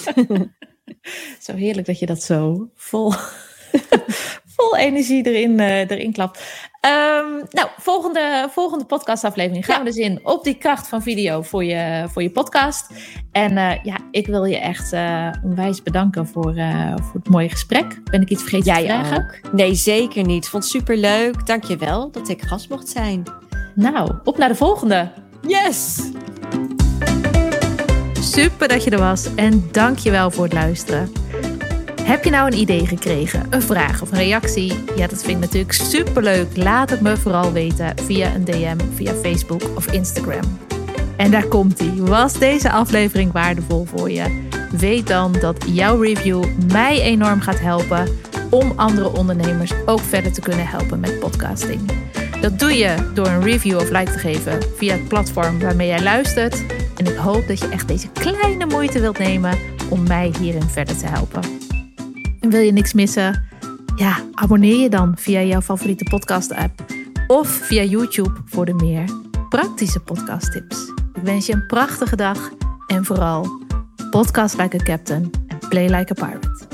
Zo heerlijk dat je dat zo vol... vol energie erin, uh, erin klapt. Um, nou, volgende, volgende podcastaflevering gaan ja. we dus in op die kracht van video voor je, voor je podcast. En uh, ja, ik wil je echt uh, onwijs bedanken voor, uh, voor het mooie gesprek. Ben ik iets vergeten Jij te vragen? Ook. Nee, zeker niet. Vond het superleuk. Dank je wel dat ik gast mocht zijn. Nou, op naar de volgende. Yes! Super dat je er was en dank je wel voor het luisteren. Heb je nou een idee gekregen, een vraag of een reactie? Ja, dat vind ik natuurlijk superleuk. Laat het me vooral weten via een D M, via Facebook of Instagram. En daar komt-ie. Was deze aflevering waardevol voor je? Weet dan dat jouw review mij enorm gaat helpen om andere ondernemers ook verder te kunnen helpen met podcasting. Dat doe je door een review of like te geven via het platform waarmee jij luistert. En ik hoop dat je echt deze kleine moeite wilt nemen om mij hierin verder te helpen. En wil je niks missen? Ja, abonneer je dan via jouw favoriete podcast-app of via YouTube voor de meer praktische podcasttips. Ik wens je een prachtige dag en vooral podcast like a captain and play like a pirate.